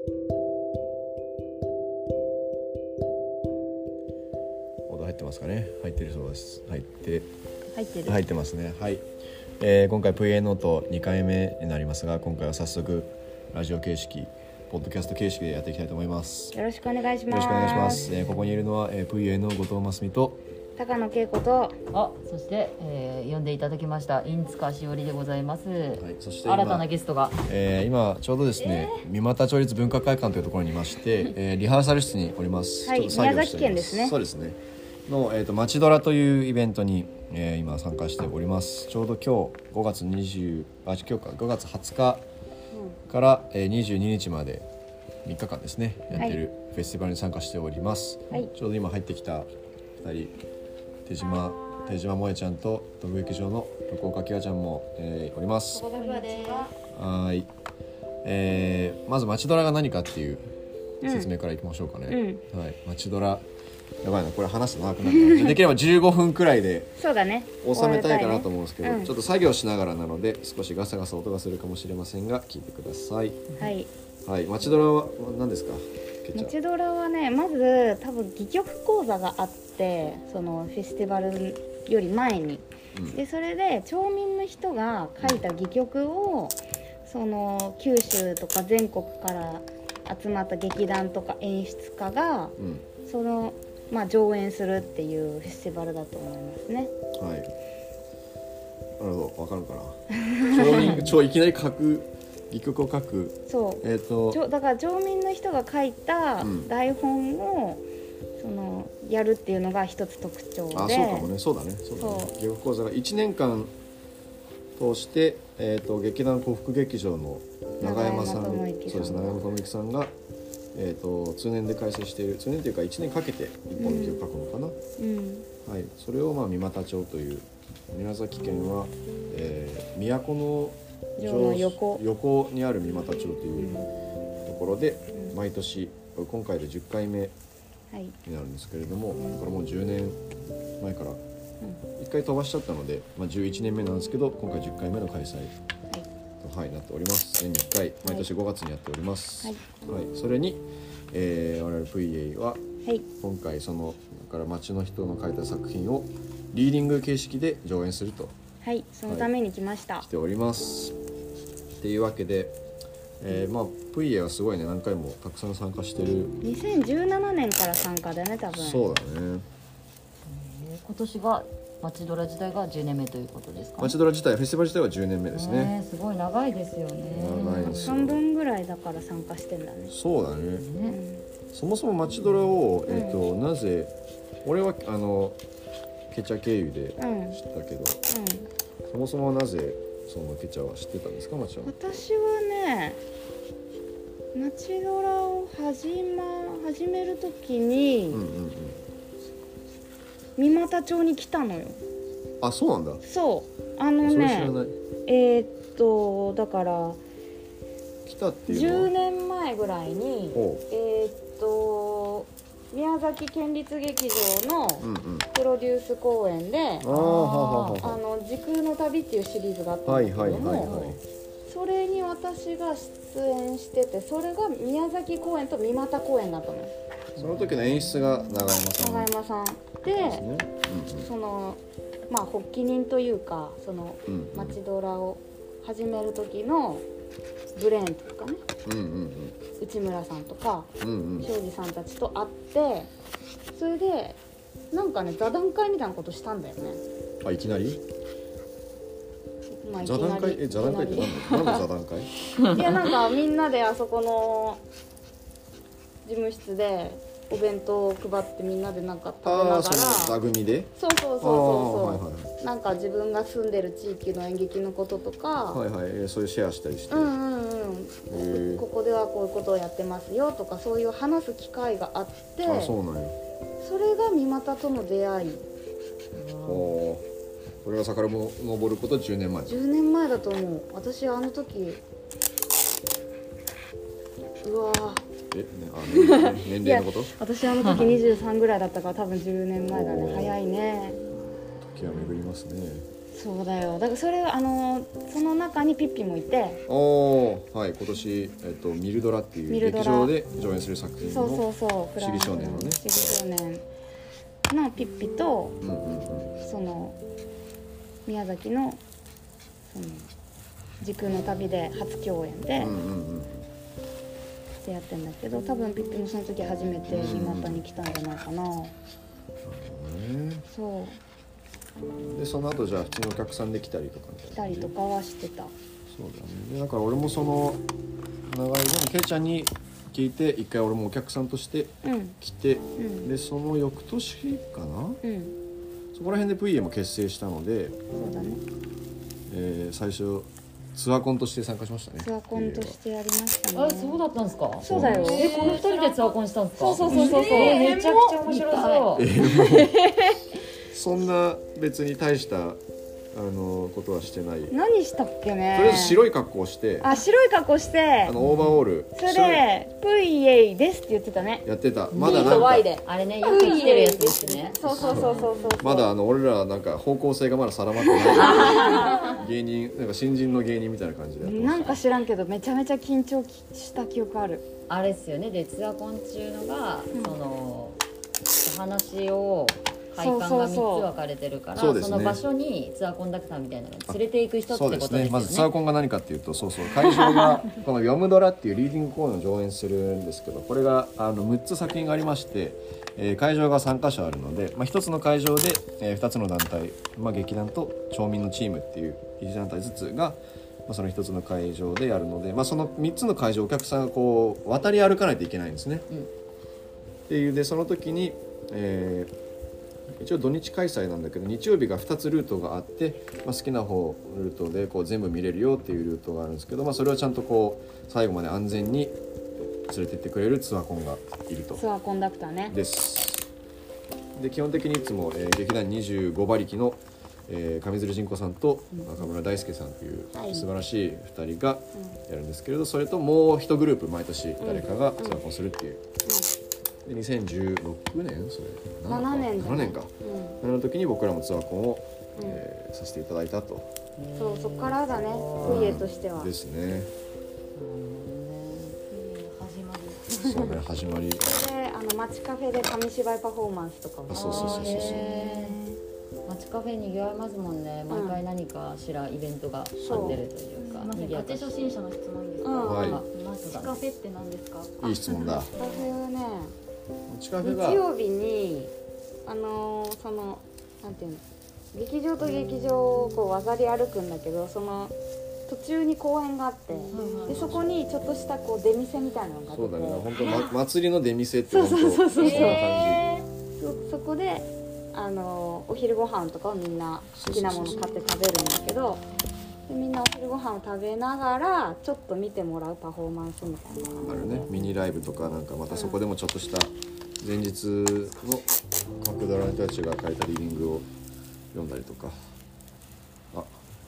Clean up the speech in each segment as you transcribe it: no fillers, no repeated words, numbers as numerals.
音入ってますかね。入ってるそうです。入ってますね。はい、今回 VA ノート2回目になりますが、今回は早速ラジオ形式、ポッドキャスト形式でやっていきたいと思います。 よろしくお願いします。 よろしくお願いします。ここにいるのは、VA の後藤真澄と高野恵子と、 そして、呼んでいただきました印塚しおりでございます。はい、 そして新たなゲストが、 今ちょうどですね、三股町立文化会館というところにいまして、リハーサル室におります。 はい、 ちょっと作業宮しております。 崎県ですね。 そうですね。の町ドラというイベントに、今参加しております。ちょうど今日5月20日から、22日まで3日間ですね、やってるフェスティバルに参加しております。 はい、 ちょうど今入ってきた2人、手島萌ちゃんと飛劇場の福岡きわちゃんも、おります。はい、まず町ドラが何かっていう説明からいきましょうかね。はい、町ドラ、やばいな、これ話すと長くなるできれば15分くらいで収めたいかなと思うんですけど、ちょっと作業しながらなので少しガサガサ音がするかもしれませんが聞いてください。はい、町ドラは何ですか？ 町ドラはね、まず多分戯曲講座があって、そのフェスティバルより前に、でそれで町民の人が書いた戯曲を、その九州とか全国から集まった劇団とか演出家が、その上演するっていうフェスティバルだと思いますね。 はい。なるほど、わかるかな。いきなり戯曲を書く。 そう。だから町民の人が書いた台本を、そのやるっていうのが一つ特徴で。 そうかもね。そうだね。戯曲講座が1年間通して、劇団幸福劇場の永山智之さんが。通年で開催している、通年というか1年かけて1本の劇を書くのかな。はい、それを三股町という宮崎県は、都の横にある三股町というところで、毎年今回で10回目になるんですけれども、これもう10年前から1回飛ばしちゃったので、11年目なんですけど、今回10回目の開催と、なっております。年に1回毎年5月にやっております。それに、我々 VA は今回そのだから町の人の書いた作品をリーディング形式で上演すると、 そのために来ました。 来ておりますっていうわけで、VA はすごいね、何回もたくさん参加してる。 2017年から参加だね、多分。 そうだね。 今年が町ドラ自体が10年目ということですか？ 町ドラ自体、フェスティバル自体は10年目ですね。 すごい長いですよね。 長いですよ。 半分ぐらいだから参加してんだね。 そうだね。そもそも町ドラを、なぜ俺はケチャ経由で知ったけど、そもそもなぜそのケチャは知ってたんですか？町は。 私はね、町ドラを始める時に、三股町に来たのよ。 あ、そうなんだ。 そう、 それ知らない。 だから来たっていうのは 10年前ぐらいに宮崎県立劇場のプロデュース公演で時空の旅っていうシリーズがあったんですけども、それに私が出演してて、それが宮崎公演と三股公演だったのよ。 その時の演出が永山さんで、 その発起人というか、その町ドラを始める時のブレーンとかね、内村さんとか庄司さんたちと会って、それでなんかね、座談会みたいなことしたんだよね。 いきなり座談会って何の座談会？ いや、なんかみんなであそこの事務室でお弁当を配って、みんなでなんか食べながら、 座組で、 そうなんか自分が住んでる地域の演劇のこととか、 そういうシェアしたりして、 ここではこういうことをやってますよとか、そういう話す機会があって、 そうなんよ。 それが三股との出会い。 これが遡ること10年前。 10年前だと思う。私あの時、うわ年齢のこと？ 私あの時23ぐらいだったから、多分10年前だね。早いね。 時は巡りますね。 そうだよ。だからそれその中にピッピもいて、 はい、今年、ミルドラっていう劇場で上演する作品のそうそうそう、 不思議少年のね、 不思議少年のピッピと、その宮崎のその時空の旅で初共演で、でやってんだけど、多分ピッピもその時初めて今田に来たんじゃないかな。そうでその後じゃあ普通のお客さんで来たりとか来たりとかはしてた。 そうだね。だから俺もその長いケイちゃんに聞いて一回俺もお客さんとして来て、でその翌年かな、そこら辺で VA も結成したので、 そうだね、 最初ツアーコンとして参加しましたね。 ツアーコンとしてやりましたね。 あ、そうだったんですか。 そうだよ。 この2人でツアーコンしたんですか。 そう。 めちゃくちゃ面白そう。 そんな別に大したことはしてない。 何したっけね。 とりあえず白い格好をして、 白い格好してオーバーオール、 それで「プイエイです」って言ってたね。 やってた。まだなんかあれね、よく生きてるやつですね。 そう。 まだ俺らなんか方向性がまだ定まってない芸人、なんか新人の芸人みたいな感じでやってました。 なんか知らんけどめちゃめちゃ緊張した記憶ある。 あれですよね。でツアーコン中のが、そのお話を会館が3つ分かれてるから、その場所にツアーコンダクターみたいなの連れていく人ってことですよね。 まずツアーコンが何かっていうと、会場がこの「読むドラ」っていうリーディングコーナーを上演するんですけど、これが6つ作品がありまして、会場が3カ所あるので、1つの会場で、2つの団体、劇団と町民のチームっていう1団体ずつが、その1つの会場でやるので、その3つの会場お客さんがこう渡り歩かないといけないんですね。っていうでその時に、一応土日開催なんだけど、日曜日が2つルートがあって、好きな方ルートでこう全部見れるよっていうルートがあるんですけど、それをちゃんとこう最後まで安全に連れてってくれるツアーコンがいると。 ツアーコンダクターね。 です。で基本的にいつも、劇団25馬力の、上水仁子さんと中村大輔さんという素晴らしい2人がやるんですけれど、それともう1グループ毎年誰かがツアーコンするっていう。で2016年それ 7年か、の時に僕らもツアーコンを、させていただいたと。 そっからだね、プイエとしてはですね。始まりで街カフェで紙芝居パフォーマンスとかも。 そう街カフェにぎわいますもんね。毎回何かしらイベントがあってるというか。 ガチ初心者の質問いいですか。街カフェって何ですか。 いい質問だ。 街カフェはね、 日曜日にそのなんていうの、劇場と劇場をこう渡り歩くんだけど、その途中に公園があって、でそこにちょっとしたこう出店みたいなのがあって、 そうだね、本当祭りの出店って本当そうそんな感そこでお昼ご飯とかをみんな好きなもの買って食べるんだけど、でみんなお昼ご飯を食べながらちょっと見てもらうパフォーマンスみたいなのがあるね。ミニライブとかなんかまたそこでもちょっとした前日の各ドラの人たちが書いたリーディングを読んだりとか。 こ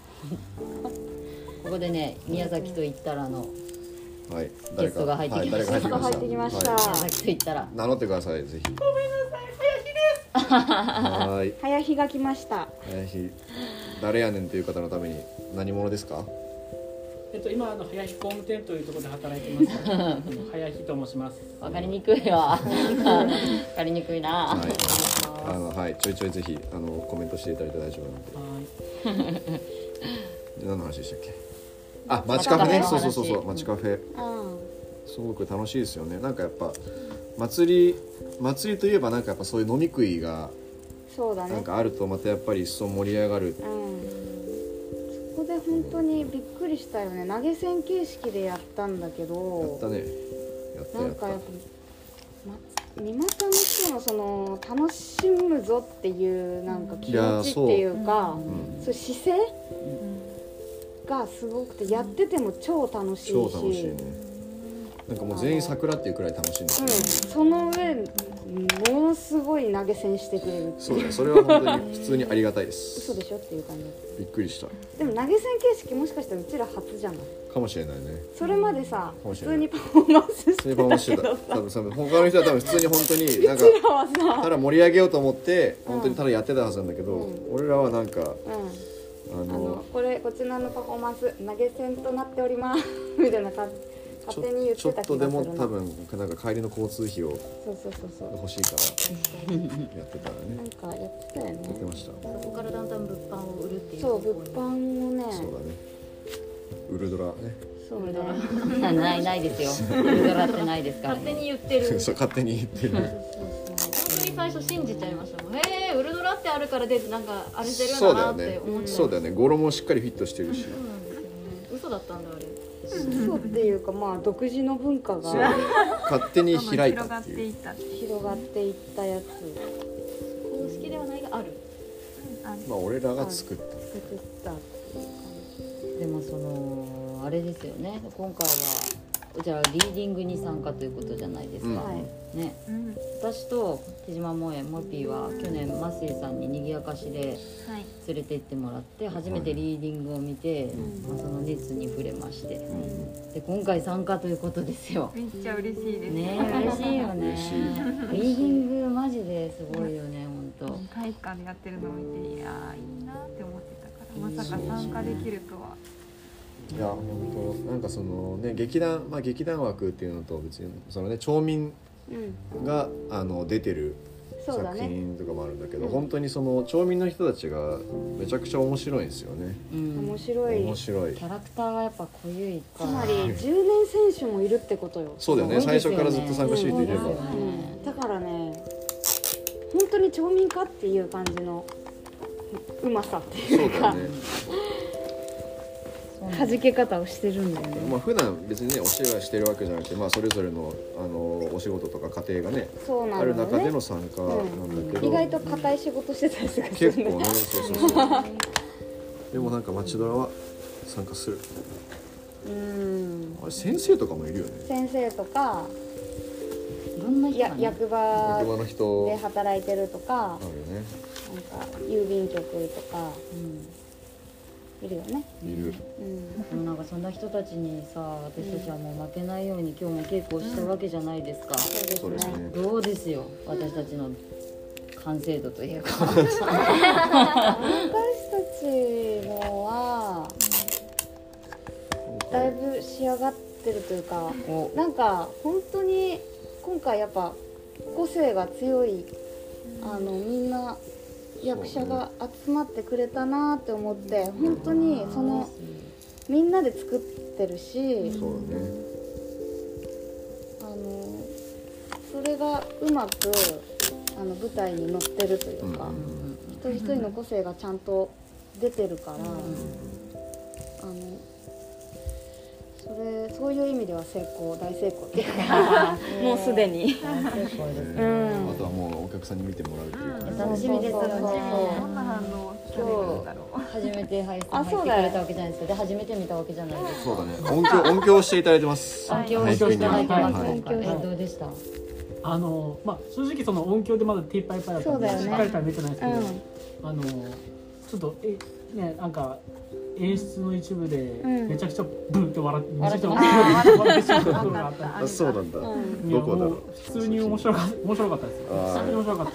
こでね、宮崎と言ったらのゲストが入ってきました。 ゲストが入ってきました。 宮崎と言ったら名乗ってください、ぜひ。 ごめんなさい、林です。 早日が来ました。 早日、誰やねんという方のために何者ですか？ 今早日工務店というところで働いてます。早日と申します。 わかりにくいわ。わかりにくいな。 はい、ちょいちょいぜひコメントしていただいて大丈夫なので。で何の話でしたっけ？街カフェね。そう街カフェ。すごく楽しいですよね。なんかやっぱ祭りといえばなんかやっぱそういう飲み食いがなんかあるとまたやっぱり一層盛り上がる。 そこで本当にびっくりしたよね。投げ銭形式でやったんだけど。 やったね。 なんかやっぱ三股の人のその楽しむぞっていうなんか気持ちっていうか、そういう姿勢がすごくて、やってても超楽しいし。 超楽しいね。なんかもう全員桜っていうくらい楽しいんですよね。 その上ものすごい投げ銭してくれるっていう。 そうだね、それは本当に普通にありがたいです。 嘘でしょっていう感じ。 びっくりした。 でも投げ銭形式もしかしたらうちら初じゃないかもしれないね。 それまでさ、普通にパフォーマンスしてたけどさ、 多分他の人は多分普通に本当になんかただ盛り上げようと思って本当にただやってたはずなんだけど、俺らはなんかこちらのパフォーマンス投げ銭となっておりますみたいな勝手に言ってた気がするな。 ちょっとでも多分なんか帰りの交通費をそう欲しいからやってたらね。 なんかやってたよね。 やってました。 そこからだんだん物販を売るっていう。 そう、物販をね。 そうだね。ウルドラね。 そうね。 ないですよ。ウルドラってないですから、ね。勝手に言ってる。 そう、勝手に言ってる。 本当に最初信じちゃいましたもん。ウルドラってあるからでなんかあれしてるんだなって思っちゃう。 そうだよね。語呂もしっかりフィットしてるし。 そうなんですよね。嘘だったんだあれ。 嘘っていうかまあ独自の文化が勝手に開いたっていう。 広がっていったやつ。 公式ではないがある。 まあ俺らが作った。 っていう感じ。でもあれですよね。今回はじゃあリーディングに参加ということじゃないですか。ね。私と手島萌えモピーは去年マスイさんに賑やかしで連れて行ってもらって初めてリーディングを見て、その熱に触れまして、で今回参加ということですよ。 めっちゃ嬉しいですね。嬉しいよね。リーディングマジですごいよね本当。 体育館でやってるのを見ていいなって思ってたからまさか参加できるとは。 いや本当なんかね劇団枠っていうのと別に町民が出てる作品とかもあるんだけど、本当に町民の人たちがめちゃくちゃ面白いんですよね。 面白い。 キャラクターがやっぱ濃ゆいか。つまり10年選手もいるってことよ。 そうだよね。最初からずっと参加していれば。 だからね、本当に町民かっていう感じのうまさっていうか。そうだよね。弾け方をしてるんだよね。 まあ普段別にねお芝居してるわけじゃなくて、まあそれぞれのお仕事とか家庭がねある中での参加なんだけど、 意外と硬い仕事してたりする。 結構ね、そうでもなんか町ドラは参加する。あれ先生とかもいるよね。 先生とかいろんな人がね、 役場の人で働いてるとか、 あるよね。 なんか郵便局とか。いるよね。 いる。 でもなんかそんな人たちにさ、私たちはもう負けないように今日も稽古をしたわけじゃないですか。 そうですね。 どうですよ、私たちの完成度というか。 私たちのはだいぶ仕上がってるというか、なんか本当に今回やっぱ個性が強いみんな。役者が集まってくれたなって思って、本当にみんなで作ってるし、 そうだね。 それがうまく舞台に乗ってるというか、一人一人の個性がちゃんと出てるから、そういう意味では大成功っていうかもうすでにあとはもうお客さんに見てもらうっていう楽しみですよね。 どんな反応されるんだろう。 初めて入ってくれたわけじゃないですけど、初めて見たわけじゃないですか。 そうだね。音響していただいてます。 音響していただいてます。どうでした？ まあ正直音響でまだ手いっぱいだったのでしっかりとは見てないですけど、ちょっとねなんか。演出の一部でめちゃくちゃブンって笑ってしまうところがあった。 そうなんだ。 どこだろう。普通に面白かったですよ。本当に面白かった。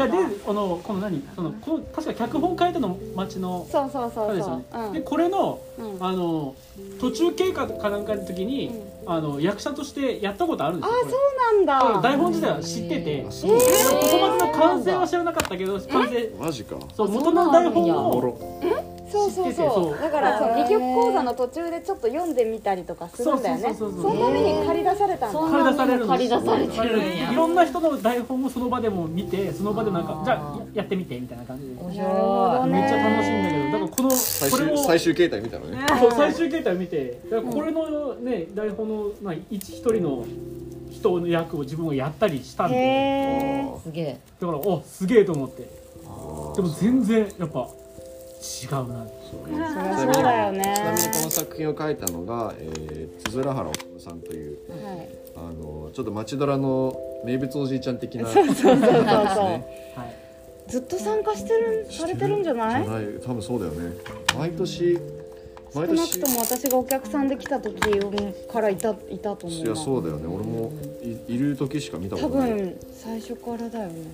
で、この確か脚本書いたの町のそうですよね。でこれの途中経過かなんかの時に役者としてやったことあるんですよ。 そうなんだ。 台本自体は知ってて、ここまでの完成は知らなかったけど、完成。 マジか。 そう元の台本を。 そうだから戯曲講座の途中でちょっと読んでみたりとかするんだよね。そのために借り出されたんだ。 借り出されるいろんな人の台本をその場でも見て、その場でなんかじゃあやってみてみたいな感じでめっちゃ楽しいんだけど、だからこれを最終形態見たのね。 そう最終形態を見て、だからこれのね台本の一人の人の役を自分がやったりしたんで、 すげえ。 だからすげえと思って。でも全然やっぱ違うな。 そうだよね。 ちなみにこの作品を書いたのがつづらはらさんというちょっと町ドラの名物おじいちゃん的な方ですね。 ずっと参加されてるんじゃない？ 多分そうだよね。毎年少なくとも私がお客さんで来た時からいたと思う。 いやそうだよね。俺もいる時しか見たことない。 多分最初からだよね。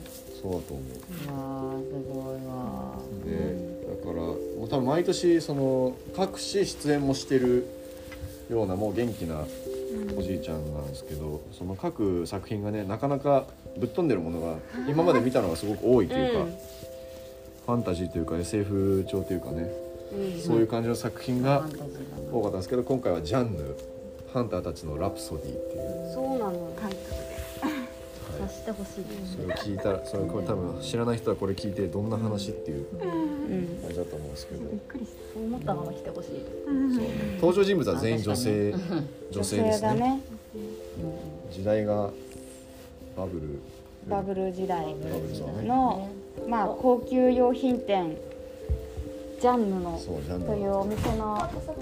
そうだと思う。 わーすごいわ。 でだからもう多分毎年その各種出演もしてるようなもう元気なおじいちゃんなんですけど、その各作品がねなかなかぶっ飛んでるものが今まで見たのがすごく多いというか、ファンタジーというか SF 調というかね、そういう感じの作品がファンタジーだな。 多かったんですけど、今回はジャンヌハンターたちのラプソディっていうそうなの。 タイトルでさしてほしいですそれを聞いたらこれ多分知らない人はこれ聞いてどんな話っていう感じだと思うんですけど、 びっくりした思ったまま来てほしい。 そうね、登場人物は全員女性ですね。 だね。 時代がバブルバブル時代バブルそうねの、まあ高級用品店ジャンヌのそうジャンヌというお店の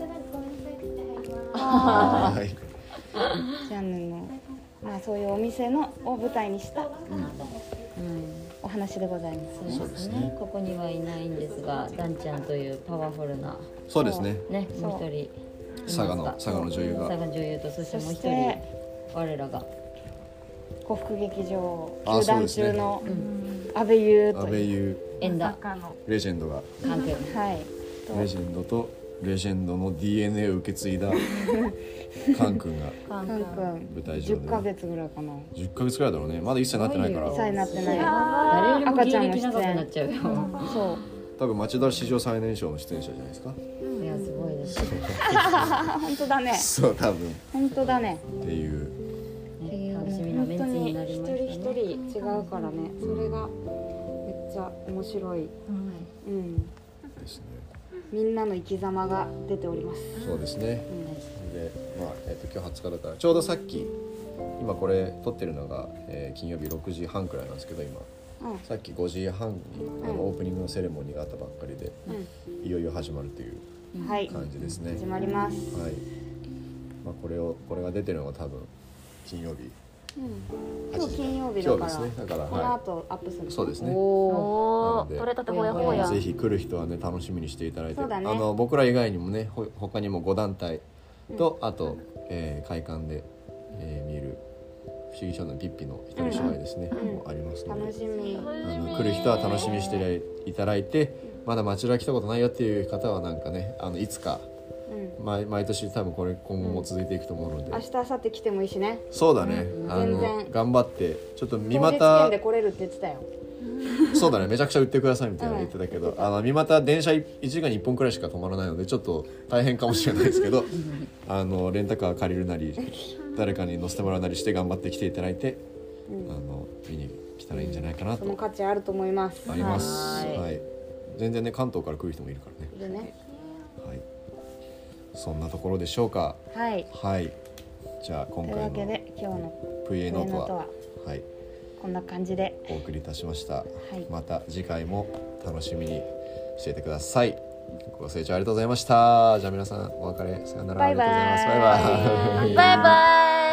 はいジャンヌの、まあそういうお店のを舞台にしたお話でございますね。 そうですね。 ここにはいないんですが、ダンちゃんというパワフルなそうですね。 ね、もう一人佐賀の女優が佐賀の女優と、そしてもう一人そして我らが呉服劇場あ球団中の阿部優阿という、 部優縁田中のレジェンドが関係。 はいレジェンドとレジェンドの DNA を受け継いだカン君がカン君舞台上で 10ヶ月ぐらいかな。 10ヶ月くらいだろうね。まだ1歳になってないから 1歳になってない。 誰よりも赤ちゃんも芸歴長く出演なっちゃうよ。 そう多分町田史上最年少の出演者じゃないですか。 いやすごいですね。 本当だね。 そう多分本当だね。 っていう楽しみなメンツになりましたね。 一人一人違うからね。それがめっちゃ面白い。うん。 ですね。 みんなの生き様が出ております。 そうですね。 うんで、まあ今日20日だからちょうどさっき今これ撮ってるのが、金曜日6時半くらいなんですけど今、さっき5時半にオープニングのセレモニーがあったばっかりで、いよいよ始まるというはい。 感じですね。 始まります。 はい。まあこれが出てるのが多分金曜日。 今日金曜日だから。 今日ですね。だからこの後アップする。 そうですね。 おなので取れたてほやほやぜひ来る人はね楽しみにしていただいて、 そうだね僕ら以外にもね他にも5団体と、あと、会館で、見る不思議少年ピッピの一人芝居ですね、もありますので、 楽しみ。 来る人は楽しみにしていただいて、まだ町田来たことないよっていう方はなんかねいつか、毎年多分これ今後も続いていくと思うので、 明日明後日来てもいいしね。 そうだね、 全然頑張ってちょっと三当日股券で来れるって言ってたよ。 そうだね、めちゃくちゃ売ってくださいみたいな言ってたけど、三股電車1時間に1本くらいしか止まらないのでちょっと大変かもしれないですけどレンタカー借りるなり誰かに乗せてもらうなりして頑張って来ていただいて、見に来たらいいんじゃないかなとその価値あると思います。 あります、 はいはい、全然ね関東から来る人もいるからね、 いるね。 はい、そんなところでしょうか。 はい。 はい、じゃあ今という回のわけで今日の VA ノートは、 ははい、 こんな感じで。 お送りいたしました、 いまた次回も楽しみにしていてください。ご清聴ありがとうございました。じゃあ皆さんお別れさよなら。 バイバイありがとうございます。バイバイ。 バイバイ